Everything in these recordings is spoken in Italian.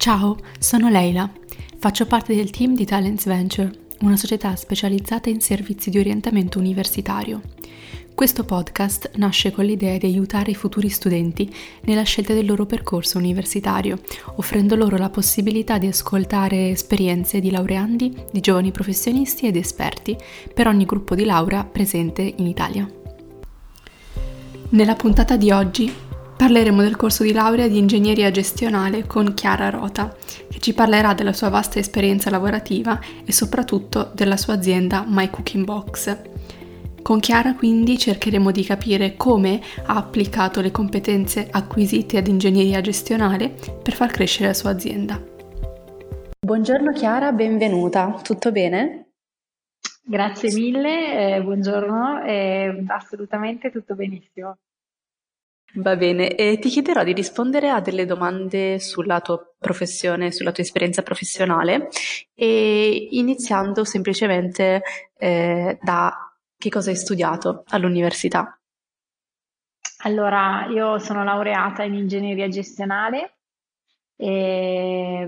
Ciao, sono Leila. Faccio parte del team di Talents Venture, una società specializzata in servizi di orientamento universitario. Questo podcast nasce con l'idea di aiutare i futuri studenti nella scelta del loro percorso universitario, offrendo loro la possibilità di ascoltare esperienze di laureandi, di giovani professionisti ed esperti per ogni gruppo di laurea presente in Italia. Nella puntata di oggi parleremo del corso di laurea di ingegneria gestionale con Chiara Rota, che ci parlerà della sua vasta esperienza lavorativa e soprattutto della sua azienda My Cooking Box. Con Chiara quindi cercheremo di capire come ha applicato le competenze acquisite ad ingegneria gestionale per far crescere la sua azienda. Buongiorno Chiara, benvenuta, tutto bene? Grazie mille, buongiorno, assolutamente tutto benissimo. Va bene, e ti chiederò di rispondere a delle domande sulla tua professione, sulla tua esperienza professionale e iniziando semplicemente da che cosa hai studiato all'università. Allora, io sono laureata in ingegneria gestionale e,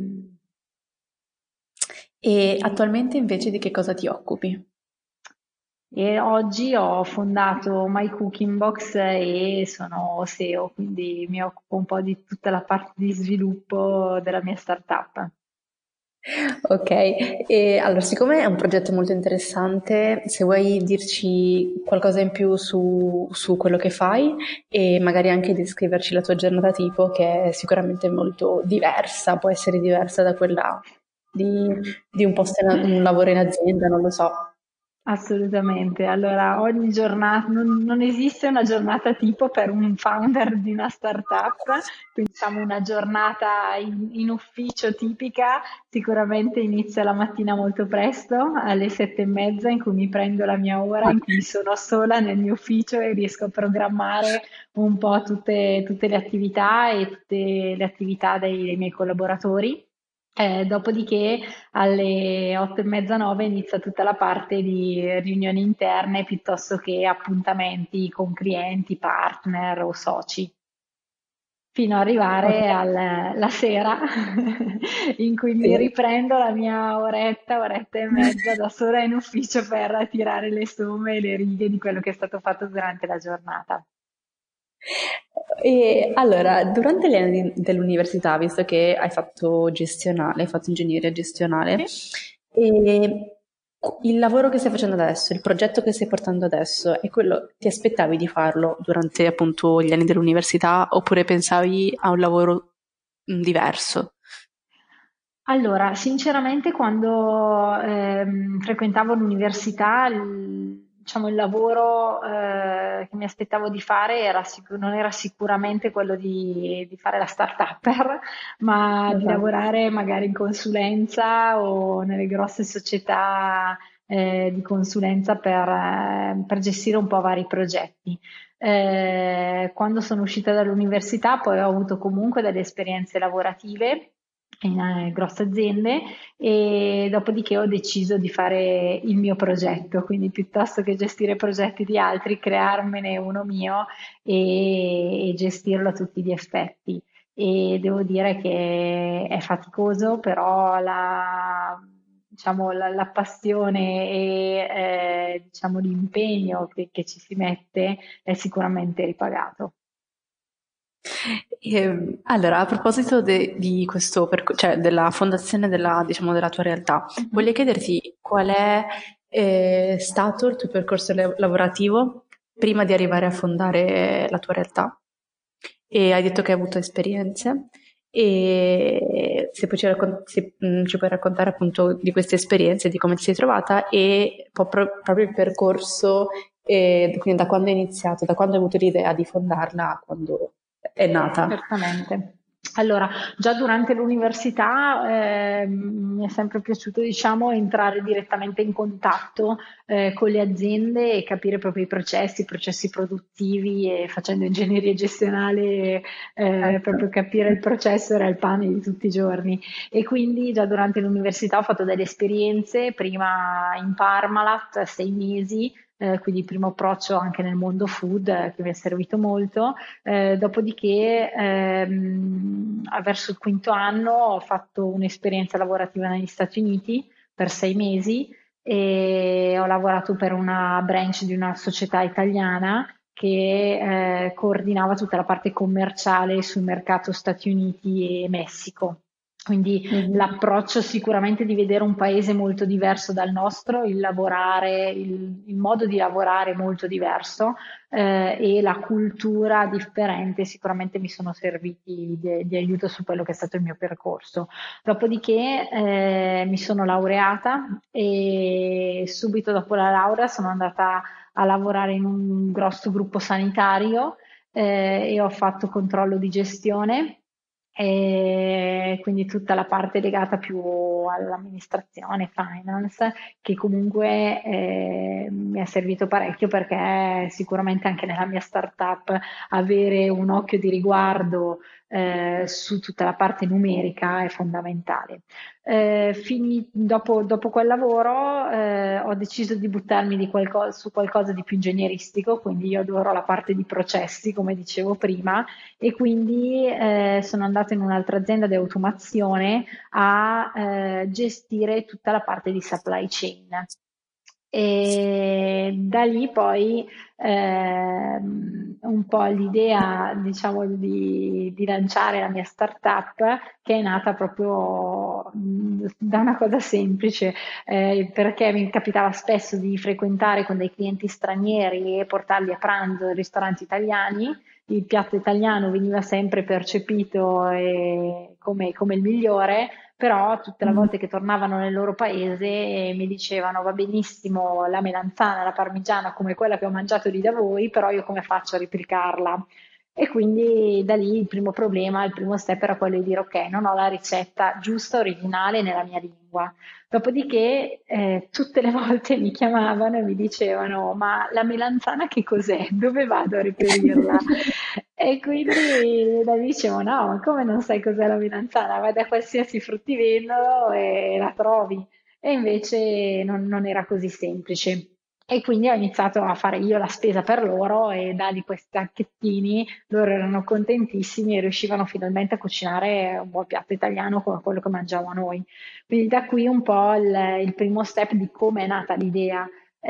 E attualmente invece di che cosa ti occupi? e oggi ho fondato My Cooking Box e sono SEO, quindi mi occupo un po' di tutta la parte di sviluppo della mia startup. Ok, e allora siccome è un progetto molto interessante, se vuoi dirci qualcosa in più su quello che fai e magari anche descriverci la tua giornata tipo, che è sicuramente molto diversa, può essere diversa da quella di, di un posto un lavoro in azienda, non lo so. Assolutamente. Allora, ogni giornata, non esiste una giornata tipo per un founder di una startup, quindi diciamo una giornata in ufficio tipica, sicuramente inizia la mattina molto presto, alle 7:30, in cui mi prendo la mia ora, in cui sono sola nel mio ufficio e riesco a programmare un po' tutte le attività e tutte le attività dei miei collaboratori. Dopodiché alle 8:30, 9 inizia tutta la parte di riunioni interne piuttosto che appuntamenti con clienti, partner o soci, fino ad arrivare Ok, alla sera in cui mi sì. riprendo la mia oretta, oretta e mezza da sola in ufficio per tirare le somme e le righe di quello che è stato fatto durante la giornata. E allora, durante gli anni dell'università, visto che hai fatto gestionale, hai fatto ingegneria gestionale, Sì. e il lavoro che stai facendo adesso, il progetto che stai portando adesso, è quello, ti aspettavi di farlo durante appunto gli anni dell'università oppure pensavi a un lavoro diverso? Allora, sinceramente, quando frequentavo l'università, diciamo, il lavoro che mi aspettavo di fare non era sicuramente quello di fare la start-upper, ma di Esatto. lavorare magari in consulenza o nelle grosse società di consulenza per gestire un po' vari progetti. Quando sono uscita dall'università, poi ho avuto comunque delle esperienze lavorative in grosse aziende e dopodiché ho deciso di fare il mio progetto, quindi piuttosto che gestire progetti di altri, crearmene uno mio e gestirlo a tutti gli effetti. E devo dire che è faticoso, però diciamo, la passione e diciamo, l'impegno che ci si mette è sicuramente ripagato. Allora, a proposito di questo, cioè della fondazione della, diciamo, della tua realtà, Mhm. voglio chiederti qual è stato il tuo percorso lavorativo prima di arrivare a fondare la tua realtà. E hai detto che hai avuto esperienze e se poi ci puoi raccontare appunto di queste esperienze, di come ti sei trovata e proprio il percorso, quindi da quando hai iniziato, da quando hai avuto l'idea di fondarla a quando è nata. Certamente. Allora, già durante l'università mi è sempre piaciuto, diciamo, entrare direttamente in contatto con le aziende e capire proprio i processi produttivi e facendo ingegneria gestionale proprio Ecco. capire il processo era il pane di tutti i giorni. E quindi già durante l'università ho fatto delle esperienze, prima in Parmalat, 6 mesi, quindi il primo approccio anche nel mondo food che mi è servito molto. Dopodiché verso il quinto anno ho fatto un'esperienza lavorativa negli Stati Uniti per 6 mesi e ho lavorato per una branch di una società italiana che coordinava tutta la parte commerciale sul mercato Stati Uniti e Messico. Quindi Mhm. l'approccio sicuramente di vedere un paese molto diverso dal nostro, il lavorare, il modo di lavorare è molto diverso e la cultura differente sicuramente mi sono serviti di aiuto su quello che è stato il mio percorso. Dopodiché mi sono laureata e subito dopo la laurea sono andata a lavorare in un grosso gruppo sanitario e ho fatto controllo di gestione e quindi tutta la parte legata più all'amministrazione, finance, che comunque mi è servito parecchio perché sicuramente anche nella mia startup avere un occhio di riguardo su tutta la parte numerica è fondamentale. Dopo quel lavoro ho deciso di buttarmi su qualcosa di più ingegneristico, quindi io adoro la parte di processi, come dicevo prima, e quindi sono andata in un'altra azienda di automazione a gestire tutta la parte di supply chain. E da lì poi un po' l'idea, diciamo, di lanciare la mia startup, che è nata proprio da una cosa semplice, perché mi capitava spesso di frequentare con dei clienti stranieri e portarli a pranzo in ristoranti italiani. Il piatto italiano veniva sempre percepito come il migliore, però tutte le Mhm. volte che tornavano nel loro paese mi dicevano va benissimo la melanzana, la parmigiana come quella che ho mangiato lì da voi, però io come faccio a replicarla? E quindi da lì il primo problema, il primo step era quello di dire ok, non ho la ricetta giusta, originale nella mia lingua. Dopodiché tutte le volte mi chiamavano e mi dicevano ma la melanzana che cos'è? Dove vado a reperirla? E quindi da lì dicevo no, ma come non sai cos'è la melanzana? Vai da qualsiasi fruttivendolo e la trovi. E invece non era così semplice. E quindi ho iniziato a fare io la spesa per loro e dargli questi tacchettini, loro erano contentissimi e riuscivano finalmente a cucinare un buon piatto italiano come quello che mangiamo noi. Quindi da qui un po' il primo step di come è nata l'idea.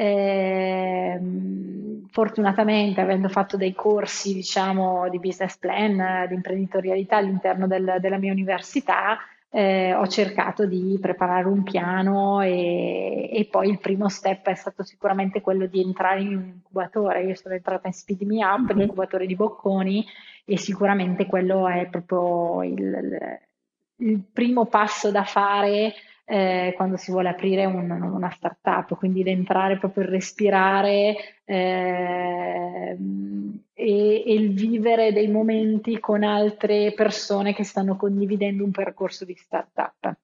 Fortunatamente, avendo fatto dei corsi, diciamo, di business plan, di imprenditorialità all'interno della mia università, ho cercato di preparare un piano e poi il primo step è stato sicuramente quello di entrare in un incubatore. Io sono entrata in Speed Me Up, Mhm. l'incubatore di Bocconi, e sicuramente quello è proprio il primo passo da fare quando si vuole aprire una startup, quindi di entrare proprio il respirare e il vivere dei momenti con altre persone che stanno condividendo un percorso di startup.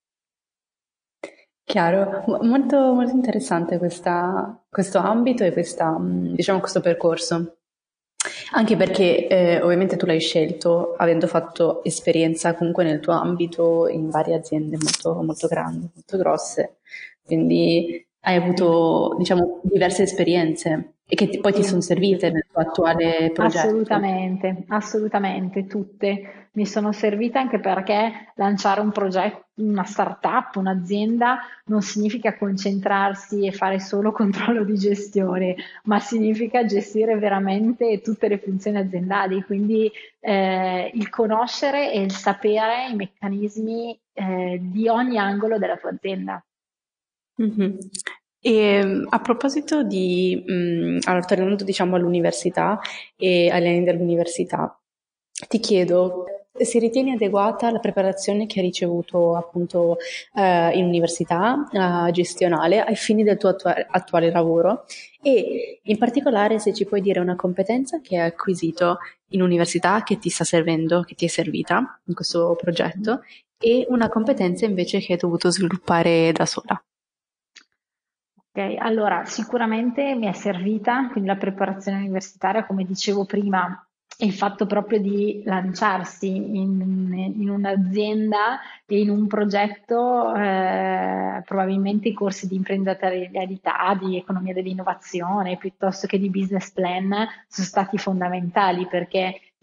Chiaro, molto, molto interessante questo ambito e diciamo, questo percorso. Anche perché ovviamente tu l'hai scelto avendo fatto esperienza comunque nel tuo ambito in varie aziende molto, molto grandi, molto grosse, quindi hai avuto, diciamo, diverse esperienze e che poi ti sono Sì. servite nel tuo attuale progetto. Assolutamente, assolutamente, tutte. Mi sono servite anche perché lanciare un progetto, una startup, un'azienda non significa concentrarsi e fare solo controllo di gestione, ma significa gestire veramente tutte le funzioni aziendali, quindi il conoscere e il sapere i meccanismi di ogni angolo della tua azienda. Mhm. E a proposito allora, tornando diciamo all'università e agli anni dell'università, ti chiedo, se ritieni adeguata la preparazione che hai ricevuto appunto in università, gestionale, ai fini del tuo attuale lavoro e in particolare se ci puoi dire una competenza che hai acquisito in università che ti sta servendo, che ti è servita in questo progetto e una competenza invece che hai dovuto sviluppare da sola. Ok, allora sicuramente mi è servita, quindi la preparazione universitaria, come dicevo prima, il fatto proprio di lanciarsi in un'azienda e in un progetto, probabilmente i corsi di imprenditorialità, di economia dell'innovazione, piuttosto che di business plan, sono stati fondamentali perché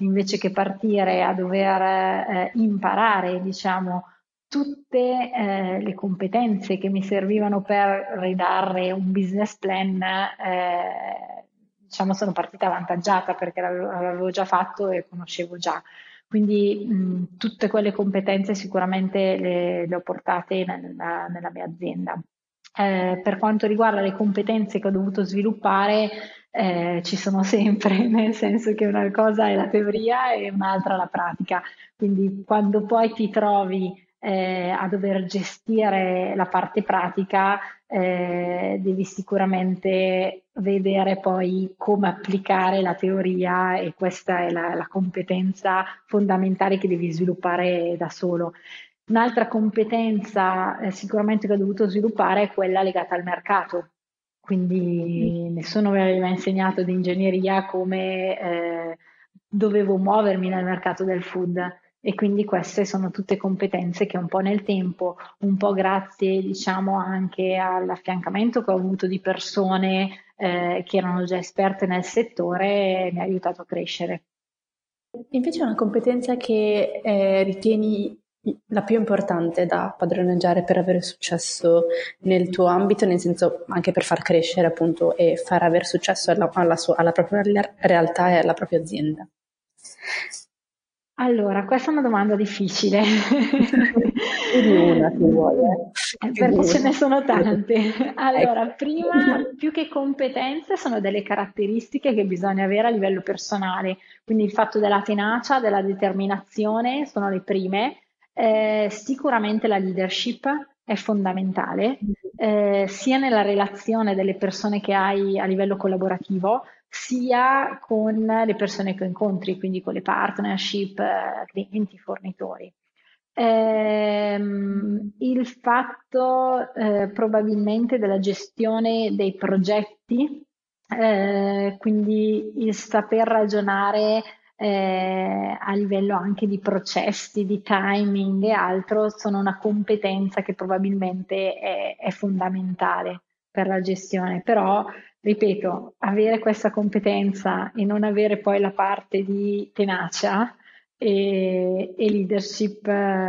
invece che partire a dover imparare, diciamo, tutte le competenze che mi servivano per ridare un business plan, diciamo, sono partita avvantaggiata perché l'avevo già fatto e conoscevo già. Quindi tutte quelle competenze sicuramente le ho portate nella mia azienda. Per quanto riguarda le competenze che ho dovuto sviluppare, ci sono sempre, nel senso che una cosa è la teoria e un'altra la pratica. Quindi quando poi ti trovi a dover gestire la parte pratica, devi sicuramente vedere poi come applicare la teoria e questa è la competenza fondamentale che devi sviluppare da solo. Un'altra competenza sicuramente che ho dovuto sviluppare è quella legata al mercato, quindi nessuno mi aveva insegnato di ingegneria come dovevo muovermi nel mercato del food e quindi queste sono tutte competenze che un po' nel tempo, un po' grazie diciamo anche all'affiancamento che ho avuto di persone che erano già esperte nel settore, mi ha aiutato a crescere. Invece è una competenza che ritieni la più importante da padroneggiare per avere successo nel tuo ambito, nel senso anche per far crescere appunto e far avere successo alla propria realtà e alla propria azienda. Allora, questa è una domanda difficile. Più di una, se vuoi, più di Perché ce una. ne sono tante. Allora, Ecco. prima, più che competenze, sono delle caratteristiche che bisogna avere a livello personale. Quindi il fatto della tenacia, della determinazione sono le prime. Sicuramente la leadership è fondamentale, sia nella relazione delle persone che hai a livello collaborativo, sia con le persone che incontri, quindi con le partnership, clienti, fornitori. Il fatto probabilmente della gestione dei progetti, quindi il saper ragionare a livello anche di processi, di timing e altro, sono una competenza che probabilmente è fondamentale per la gestione, però ripeto, avere questa competenza e non avere poi la parte di tenacia e leadership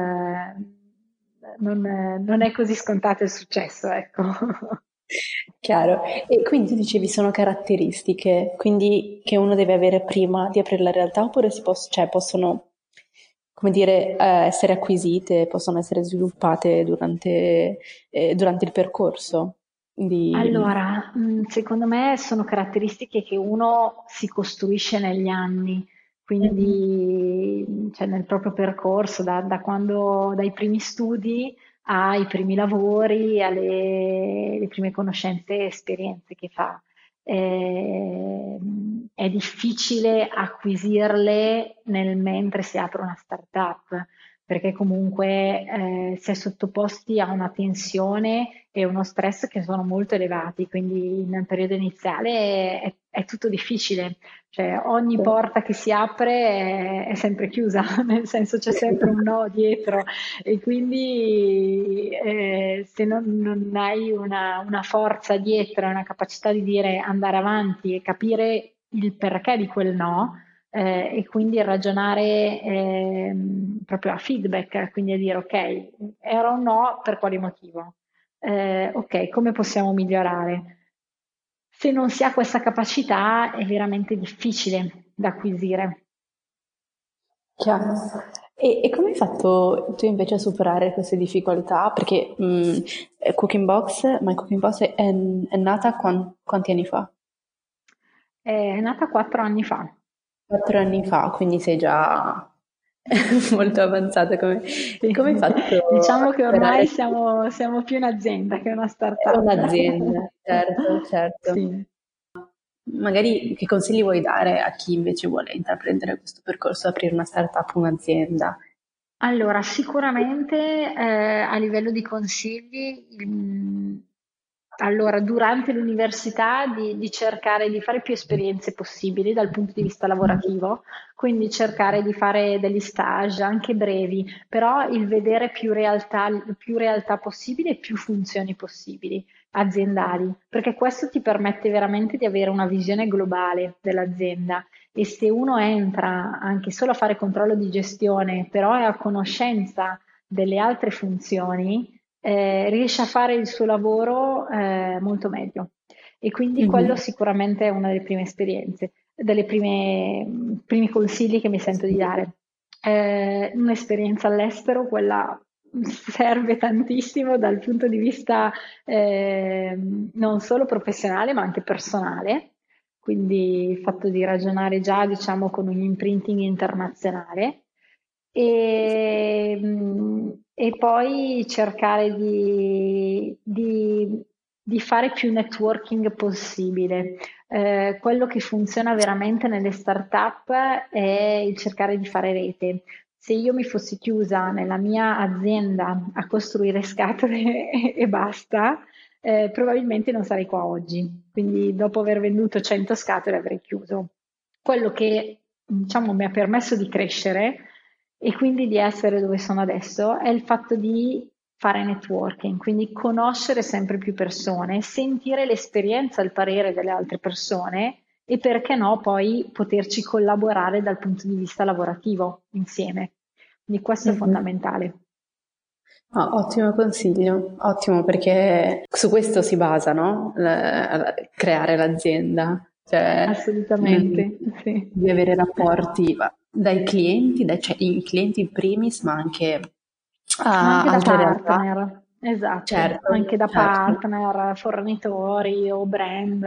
non è così scontato il successo, ecco. Chiaro. E quindi dicevi sono caratteristiche, quindi che uno deve avere prima di aprire la realtà oppure cioè, possono, come dire, essere acquisite, possono essere sviluppate durante il percorso di... Allora, secondo me sono caratteristiche che uno si costruisce negli anni, Mhm. quindi cioè nel proprio percorso, da quando, dai primi studi ai primi lavori, alle le prime conoscenze e esperienze che fa. È difficile acquisirle nel mentre si apre una startup, perché comunque si è sottoposti a una tensione e uno stress che sono molto elevati, quindi nel periodo iniziale è tutto difficile, cioè ogni porta che si apre è sempre chiusa, nel senso c'è sempre un no dietro e quindi se non hai una forza dietro, una capacità di dire andare avanti e capire il perché di quel no, e quindi ragionare proprio a feedback, quindi a dire ok, era un no per quale motivo? Ok, come possiamo migliorare? Se non si ha questa capacità è veramente difficile da acquisire. Chiaro. E come hai fatto tu invece a superare queste difficoltà? Perché Cooking Box, My Cooking Box è nata quanti anni fa? È nata 4 anni fa. 4 anni fa, quindi sei già molto avanzata. Sì. Come hai fatto Diciamo a che superare ormai siamo più un'azienda che una startup. un'azienda? Certo, certo. Sì. Magari che consigli vuoi dare a chi invece vuole intraprendere questo percorso, aprire una startup, un'azienda? Allora, sicuramente a livello di consigli, allora, durante l'università di cercare di fare più esperienze possibili dal punto di vista lavorativo, quindi cercare di fare degli stage anche brevi, però il vedere più realtà possibili e più funzioni possibili aziendali, perché questo ti permette veramente di avere una visione globale dell'azienda e se uno entra anche solo a fare controllo di gestione, però è a conoscenza delle altre funzioni, riesce a fare il suo lavoro molto meglio. E quindi quello Mhm. sicuramente è una delle prime esperienze, delle primi consigli che mi sento di dare. Un'esperienza all'estero, quella serve tantissimo dal punto di vista non solo professionale ma anche personale, quindi il fatto di ragionare già diciamo con un imprinting internazionale e poi cercare di fare più networking possibile. Quello che funziona veramente nelle start-up è il cercare di fare rete. Se io mi fossi chiusa nella mia azienda a costruire scatole e basta, probabilmente non sarei qua oggi. Quindi dopo aver venduto 100 scatole avrei chiuso. Quello che diciamo mi ha permesso di crescere e quindi di essere dove sono adesso è il fatto di fare networking, quindi conoscere sempre più persone, sentire l'esperienza e il parere delle altre persone e perché no poi poterci collaborare dal punto di vista lavorativo insieme. Quindi questo è Mhm. fondamentale. Ah, ottimo consiglio, ottimo perché su questo si basa, no? Creare l'azienda, cioè Assolutamente, sì. di avere rapporti dai clienti, cioè i clienti in primis, ma anche Ma a anche da altre realtà. partner, esatto, Certo, anche da certo. partner, fornitori o brand,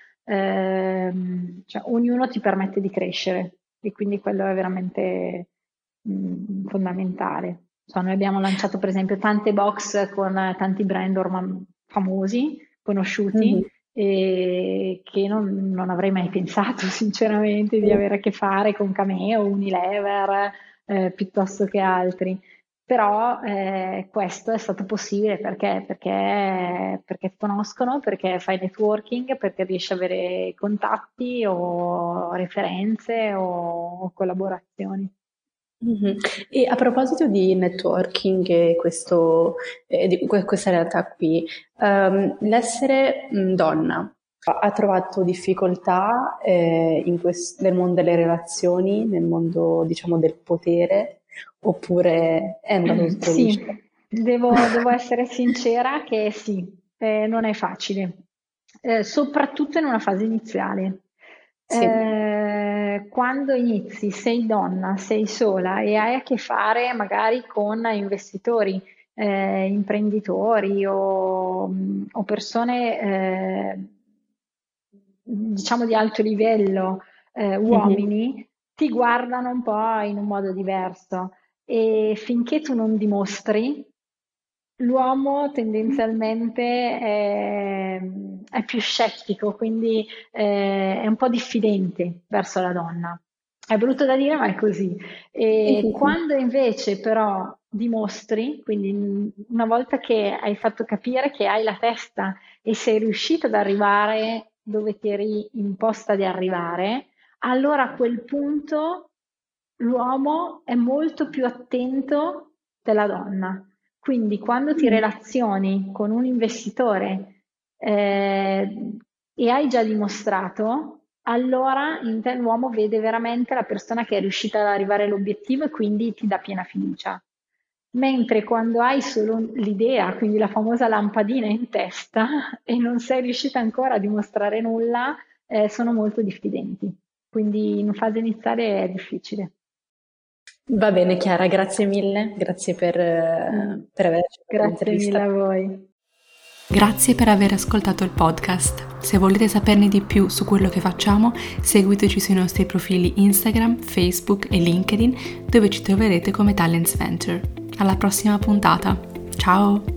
cioè ognuno ti permette di crescere e quindi quello è veramente fondamentale. Cioè, noi abbiamo lanciato per esempio tante box con tanti brand ormai famosi, conosciuti, Mhm. e che non avrei mai pensato sinceramente di avere a che fare con Cameo, Unilever, piuttosto che altri. Però questo è stato possibile perché ti conoscono, perché fai networking, perché riesci ad avere contatti o referenze o collaborazioni. Mhm. E a proposito di networking e questa realtà qui, l'essere donna ha trovato difficoltà nel mondo delle relazioni, nel mondo, diciamo, del potere, oppure è andato tutto Sì, liscio? devo essere sincera che sì, non è facile, soprattutto in una fase iniziale. Sì. Quando inizi, sei donna, sei sola e hai a che fare magari con investitori, imprenditori o persone, diciamo di alto livello, Mhm. uomini, ti guardano un po' in un modo diverso e finché tu non dimostri, l'uomo tendenzialmente è più scettico, quindi è un po' diffidente verso la donna. È brutto da dire, ma è così. Sì, E sì, sì. quando invece però dimostri, quindi una volta che hai fatto capire che hai la testa e sei riuscito ad arrivare dove ti eri imposta di arrivare, allora a quel punto l'uomo è molto più attento della donna. Quindi quando ti Mm. relazioni con un investitore e hai già dimostrato, allora in te l'uomo vede veramente la persona che è riuscita ad arrivare all'obiettivo e quindi ti dà piena fiducia. Mentre quando hai solo l'idea, quindi la famosa lampadina in testa, e non sei riuscita ancora a dimostrare nulla, sono molto diffidenti. Quindi in fase iniziale è difficile. Va bene, Chiara, grazie mille, grazie Mm. per aver accettato Grazie mille l'intervista. a voi. Grazie per aver ascoltato il podcast. Se volete saperne di più su quello che facciamo, seguiteci sui nostri profili Instagram, Facebook e LinkedIn, dove ci troverete come Talents Venture. Alla prossima puntata. Ciao!